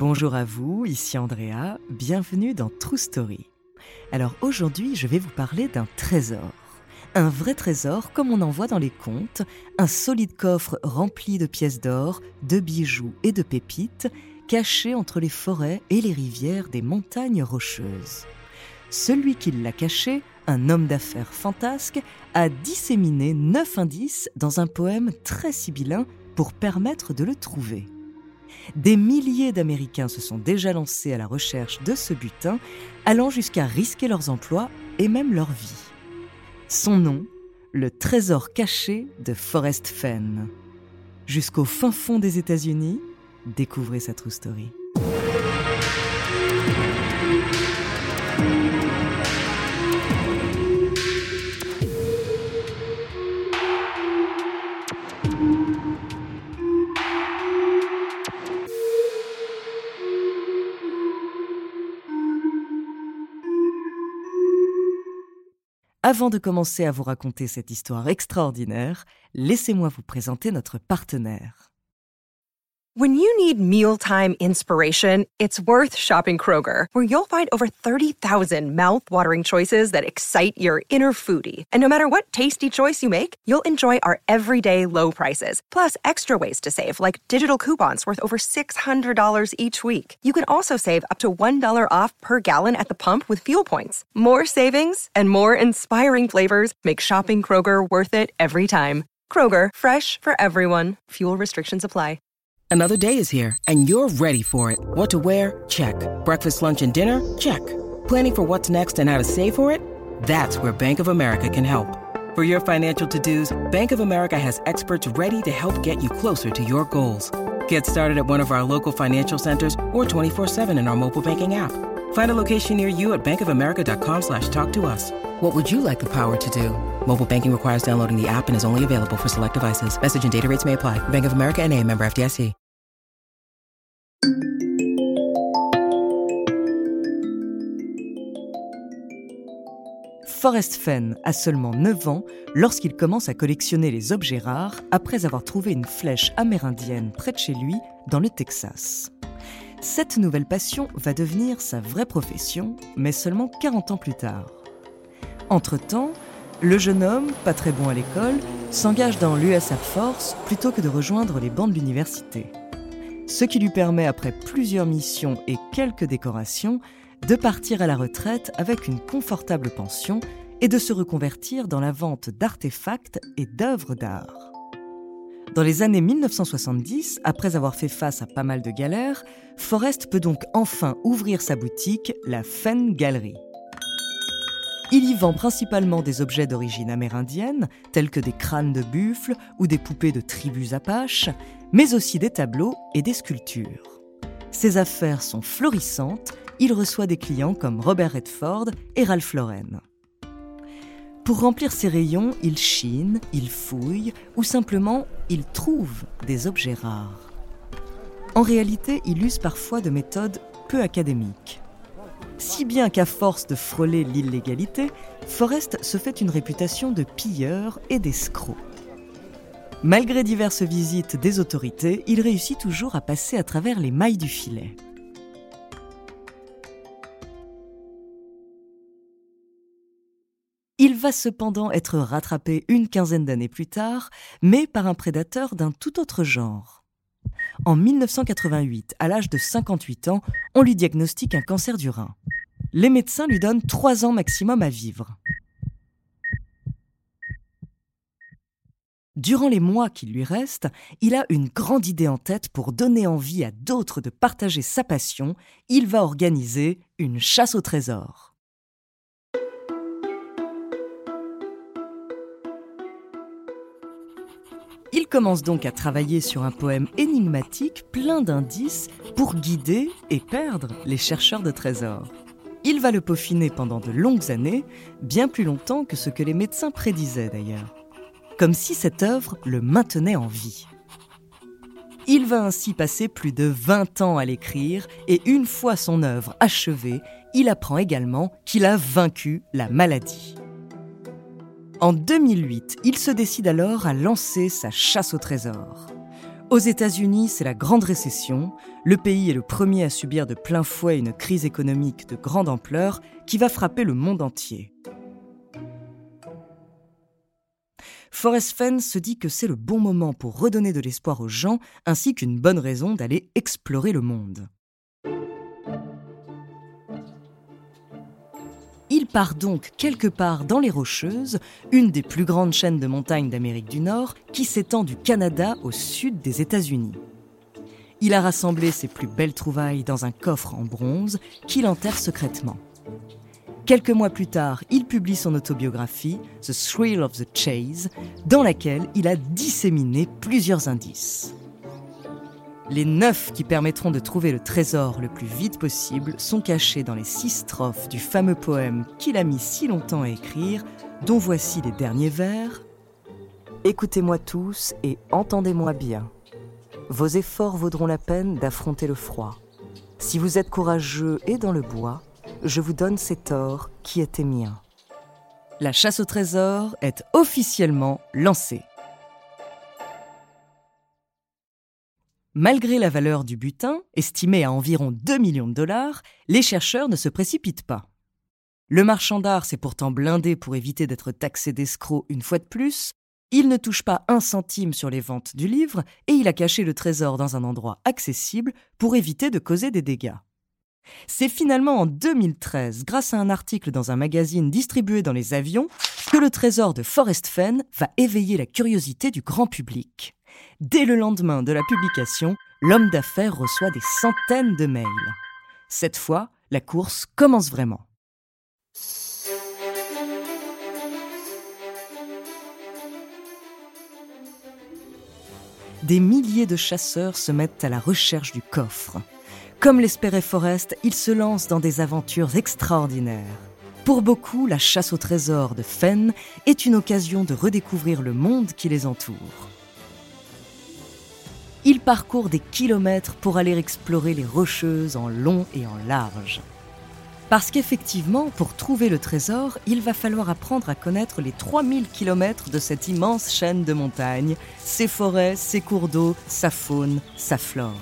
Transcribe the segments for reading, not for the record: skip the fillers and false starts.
Bonjour à vous, ici Andrea, bienvenue dans True Story. Alors aujourd'hui, je vais vous parler d'un trésor. Un vrai trésor comme on en voit dans les contes, un solide coffre rempli de pièces d'or, de bijoux et de pépites, caché entre les forêts et les rivières des montagnes rocheuses. Celui qui l'a caché, un homme d'affaires fantasque, a disséminé 9 indices dans un poème très sibyllin pour permettre de le trouver. Des milliers d'Américains se sont déjà lancés à la recherche de ce butin, allant jusqu'à risquer leurs emplois et même leur vie. Son nom, le trésor caché de Forrest Fenn. Jusqu'au fin fond des États-Unis, découvrez sa true story. Avant de commencer à vous raconter cette histoire extraordinaire, laissez-moi vous présenter notre partenaire. When you need mealtime inspiration, it's worth shopping Kroger, where you'll find over 30,000 mouth-watering choices that excite your inner foodie. And no matter what tasty choice you make, you'll enjoy our everyday low prices, plus extra ways to save, like digital coupons worth over $600 each week. You can also save up to $1 off per gallon at the pump with fuel points. More savings and more inspiring flavors make shopping Kroger worth it every time. Kroger, fresh for everyone. Fuel restrictions apply. Another day is here, and you're ready for it. What to wear? Check. Breakfast, lunch, and dinner? Check. Planning for what's next and how to save for it? That's where Bank of America can help. For your financial to-dos, Bank of America has experts ready to help get you closer to your goals. Get started at one of our local financial centers or 24/7 in our mobile banking app. Find a location near you at bankofamerica.com/talktous. What would you like the power to do? Mobile banking requires downloading the app and is only available for select devices. Message and data rates may apply. Bank of America N.A., member FDIC. Forrest Fenn a seulement 9 ans lorsqu'il commence à collectionner les objets rares après avoir trouvé une flèche amérindienne près de chez lui dans le Texas. Cette nouvelle passion va devenir sa vraie profession, mais seulement 40 ans plus tard. Entre-temps, le jeune homme, pas très bon à l'école, s'engage dans l'US Air Force plutôt que de rejoindre les bancs de l'université. Ce qui lui permet, après plusieurs missions et quelques décorations, de partir à la retraite avec une confortable pension et de se reconvertir dans la vente d'artefacts et d'œuvres d'art. Dans les années 1970, après avoir fait face à pas mal de galères, Forrest peut donc enfin ouvrir sa boutique, la Fenn Gallery. Il y vend principalement des objets d'origine amérindienne, tels que des crânes de buffle ou des poupées de tribus apaches, mais aussi des tableaux et des sculptures. Ses affaires sont florissantes, il reçoit des clients comme Robert Redford et Ralph Lauren. Pour remplir ses rayons, il chine, il fouille ou simplement il trouve des objets rares. En réalité, il use parfois de méthodes peu académiques. Si bien qu'à force de frôler l'illégalité, Forrest se fait une réputation de pilleur et d'escroc. Malgré diverses visites des autorités, il réussit toujours à passer à travers les mailles du filet. Il va cependant être rattrapé une quinzaine d'années plus tard, mais par un prédateur d'un tout autre genre. En 1988, à l'âge de 58 ans, on lui diagnostique un cancer du rein. Les médecins lui donnent 3 ans maximum à vivre. Durant les mois qui lui restent, il a une grande idée en tête pour donner envie à d'autres de partager sa passion. Il va organiser une chasse au trésor. Il commence donc à travailler sur un poème énigmatique plein d'indices pour guider et perdre les chercheurs de trésors. Il va le peaufiner pendant de longues années, bien plus longtemps que ce que les médecins prédisaient d'ailleurs. Comme si cette œuvre le maintenait en vie. Il va ainsi passer plus de 20 ans à l'écrire et une fois son œuvre achevée, il apprend également qu'il a vaincu la maladie. En 2008, il se décide alors à lancer sa chasse au trésor. Aux États-Unis, c'est la grande récession. Le pays est le premier à subir de plein fouet une crise économique de grande ampleur qui va frapper le monde entier. Forrest Fenn se dit que c'est le bon moment pour redonner de l'espoir aux gens ainsi qu'une bonne raison d'aller explorer le monde. Il part donc quelque part dans les Rocheuses, une des plus grandes chaînes de montagnes d'Amérique du Nord qui s'étend du Canada au sud des États-Unis. Il a rassemblé ses plus belles trouvailles dans un coffre en bronze qu'il enterre secrètement. Quelques mois plus tard, il publie son autobiographie, The Thrill of the Chase, dans laquelle il a disséminé plusieurs indices. Les 9 qui permettront de trouver le trésor le plus vite possible sont cachés dans les 6 strophes du fameux poème qu'il a mis si longtemps à écrire, dont voici les derniers vers. « Écoutez-moi tous et entendez-moi bien. Vos efforts vaudront la peine d'affronter le froid. Si vous êtes courageux et dans le bois, je vous donne cet or qui était mien. » La chasse au trésor est officiellement lancée. Malgré la valeur du butin, estimée à environ 2 millions de dollars, les chercheurs ne se précipitent pas. Le marchand d'art s'est pourtant blindé pour éviter d'être taxé d'escroc une fois de plus. Il ne touche pas 1 centime sur les ventes du livre et il a caché le trésor dans un endroit accessible pour éviter de causer des dégâts. C'est finalement en 2013, grâce à un article dans un magazine distribué dans les avions, que le trésor de Forrest Fenn va éveiller la curiosité du grand public. Dès le lendemain de la publication, l'homme d'affaires reçoit des centaines de mails. Cette fois, la course commence vraiment. Des milliers de chasseurs se mettent à la recherche du coffre. Comme l'espérait Forrest, il se lance dans des aventures extraordinaires. Pour beaucoup, la chasse au trésor de Fenn est une occasion de redécouvrir le monde qui les entoure. Il parcourt des kilomètres pour aller explorer les Rocheuses en long et en large. Parce qu'effectivement, pour trouver le trésor, il va falloir apprendre à connaître les 3000 kilomètres de cette immense chaîne de montagnes, ses forêts, ses cours d'eau, sa faune, sa flore.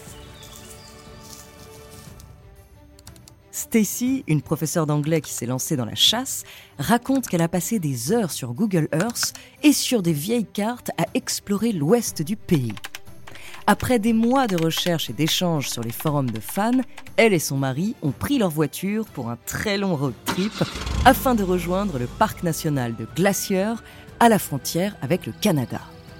Stacy, une professeure d'anglais qui s'est lancée dans la chasse, raconte qu'elle a passé des heures sur Google Earth et sur des vieilles cartes à explorer l'ouest du pays. Après des mois de recherche et d'échanges sur les forums de fans, elle et son mari ont pris leur voiture pour un très long road trip afin de rejoindre le parc national de Glacier à la frontière avec le Canada.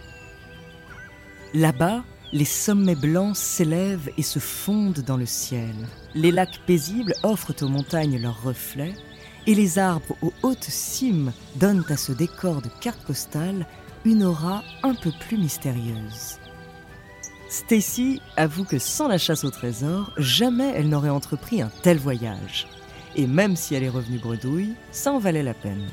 Là-bas, les sommets blancs s'élèvent et se fondent dans le ciel. Les lacs paisibles offrent aux montagnes leurs reflets et les arbres aux hautes cimes donnent à ce décor de carte postale une aura un peu plus mystérieuse. Stacy avoue que sans la chasse au trésor, jamais elle n'aurait entrepris un tel voyage. Et même si elle est revenue bredouille, ça en valait la peine.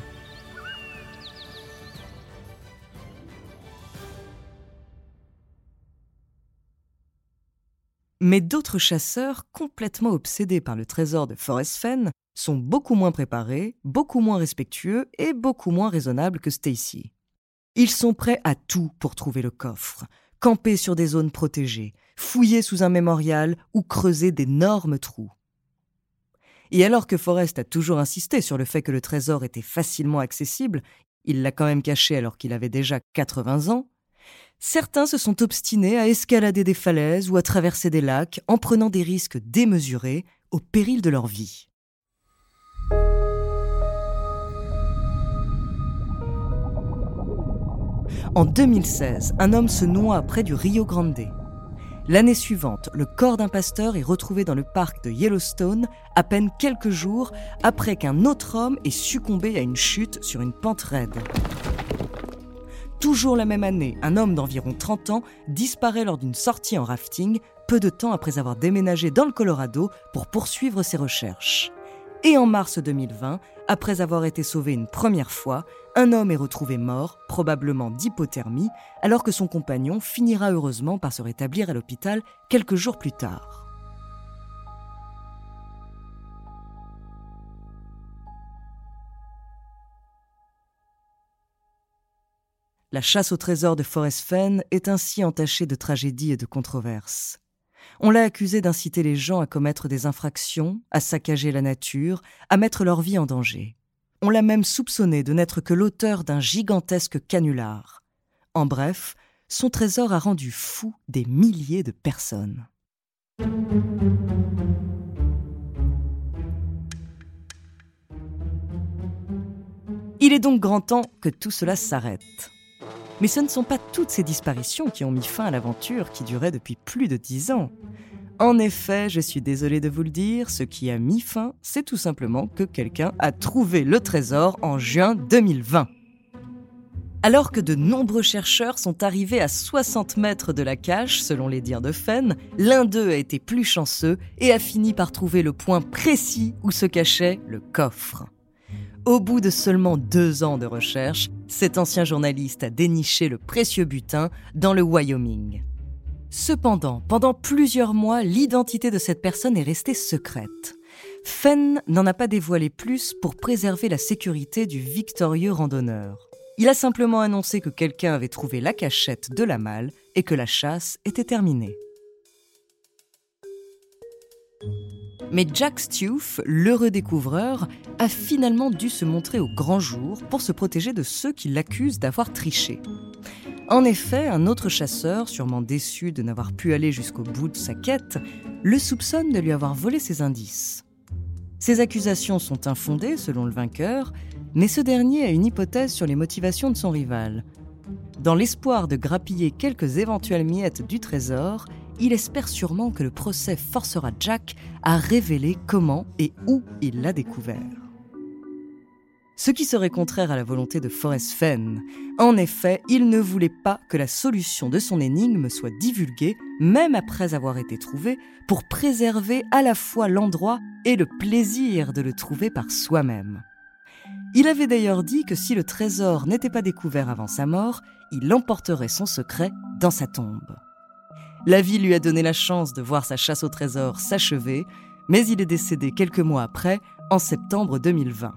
Mais d'autres chasseurs, complètement obsédés par le trésor de Forrest Fenn, sont beaucoup moins préparés, beaucoup moins respectueux et beaucoup moins raisonnables que Stacy. Ils sont prêts à tout pour trouver le coffre. Camper sur des zones protégées, fouiller sous un mémorial ou creuser d'énormes trous. Et alors que Forrest a toujours insisté sur le fait que le trésor était facilement accessible, il l'a quand même caché alors qu'il avait déjà 80 ans, certains se sont obstinés à escalader des falaises ou à traverser des lacs en prenant des risques démesurés au péril de leur vie. En 2016, un homme se noie près du Rio Grande. L'année suivante, le corps d'un pasteur est retrouvé dans le parc de Yellowstone à peine quelques jours après qu'un autre homme ait succombé à une chute sur une pente raide. Toujours la même année, un homme d'environ 30 ans disparaît lors d'une sortie en rafting, peu de temps après avoir déménagé dans le Colorado pour poursuivre ses recherches. Et en mars 2020, après avoir été sauvé une première fois, un homme est retrouvé mort, probablement d'hypothermie, alors que son compagnon finira heureusement par se rétablir à l'hôpital quelques jours plus tard. La chasse au trésor de Forrest Fenn est ainsi entachée de tragédies et de controverses. On l'a accusé d'inciter les gens à commettre des infractions, à saccager la nature, à mettre leur vie en danger. On l'a même soupçonné de n'être que l'auteur d'un gigantesque canular. En bref, son trésor a rendu fou des milliers de personnes. Il est donc grand temps que tout cela s'arrête. Mais ce ne sont pas toutes ces disparitions qui ont mis fin à l'aventure qui durait depuis plus de 10 ans. En effet, je suis désolée de vous le dire, ce qui a mis fin, c'est tout simplement que quelqu'un a trouvé le trésor en juin 2020. Alors que de nombreux chercheurs sont arrivés à 60 mètres de la cache, selon les dires de Fenn, l'un d'eux a été plus chanceux et a fini par trouver le point précis où se cachait le coffre. Au bout de seulement 2 ans de recherche, cet ancien journaliste a déniché le précieux butin dans le Wyoming. Cependant, pendant plusieurs mois, l'identité de cette personne est restée secrète. Fenn n'en a pas dévoilé plus pour préserver la sécurité du victorieux randonneur. Il a simplement annoncé que quelqu'un avait trouvé la cachette de la malle et que la chasse était terminée. Mais Jack Stewart, l'heureux découvreur, a finalement dû se montrer au grand jour pour se protéger de ceux qui l'accusent d'avoir triché. En effet, un autre chasseur, sûrement déçu de n'avoir pu aller jusqu'au bout de sa quête, le soupçonne de lui avoir volé ses indices. Ces accusations sont infondées selon le vainqueur, mais ce dernier a une hypothèse sur les motivations de son rival. Dans l'espoir de grappiller quelques éventuelles miettes du trésor, il espère sûrement que le procès forcera Jack à révéler comment et où il l'a découvert. Ce qui serait contraire à la volonté de Forrest Fenn. En effet, il ne voulait pas que la solution de son énigme soit divulguée, même après avoir été trouvée, pour préserver à la fois l'endroit et le plaisir de le trouver par soi-même. Il avait d'ailleurs dit que si le trésor n'était pas découvert avant sa mort, il emporterait son secret dans sa tombe. La vie lui a donné la chance de voir sa chasse au trésor s'achever, mais il est décédé quelques mois après, en septembre 2020.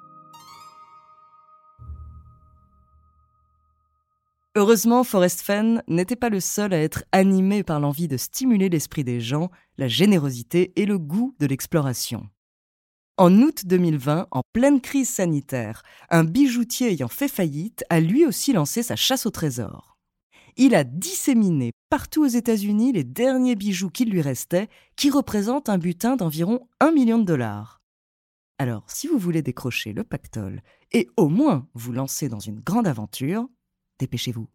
Heureusement, Forrest Fenn n'était pas le seul à être animé par l'envie de stimuler l'esprit des gens, la générosité et le goût de l'exploration. En août 2020, en pleine crise sanitaire, un bijoutier ayant fait faillite a lui aussi lancé sa chasse au trésor. Il a disséminé partout aux États-Unis les derniers bijoux qui lui restaient, qui représentent un butin d'environ $1 million. Alors, si vous voulez décrocher le pactole et au moins vous lancer dans une grande aventure, dépêchez-vous.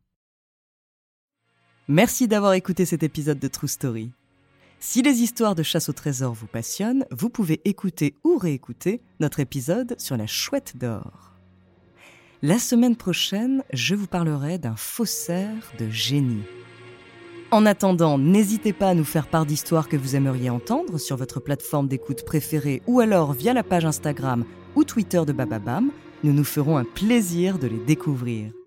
Merci d'avoir écouté cet épisode de True Story. Si les histoires de chasse au trésor vous passionnent, vous pouvez écouter ou réécouter notre épisode sur la chouette d'or. La semaine prochaine, je vous parlerai d'un faussaire de génie. En attendant, n'hésitez pas à nous faire part d'histoires que vous aimeriez entendre sur votre plateforme d'écoute préférée ou alors via la page Instagram ou Twitter de Bababam. Nous nous ferons un plaisir de les découvrir.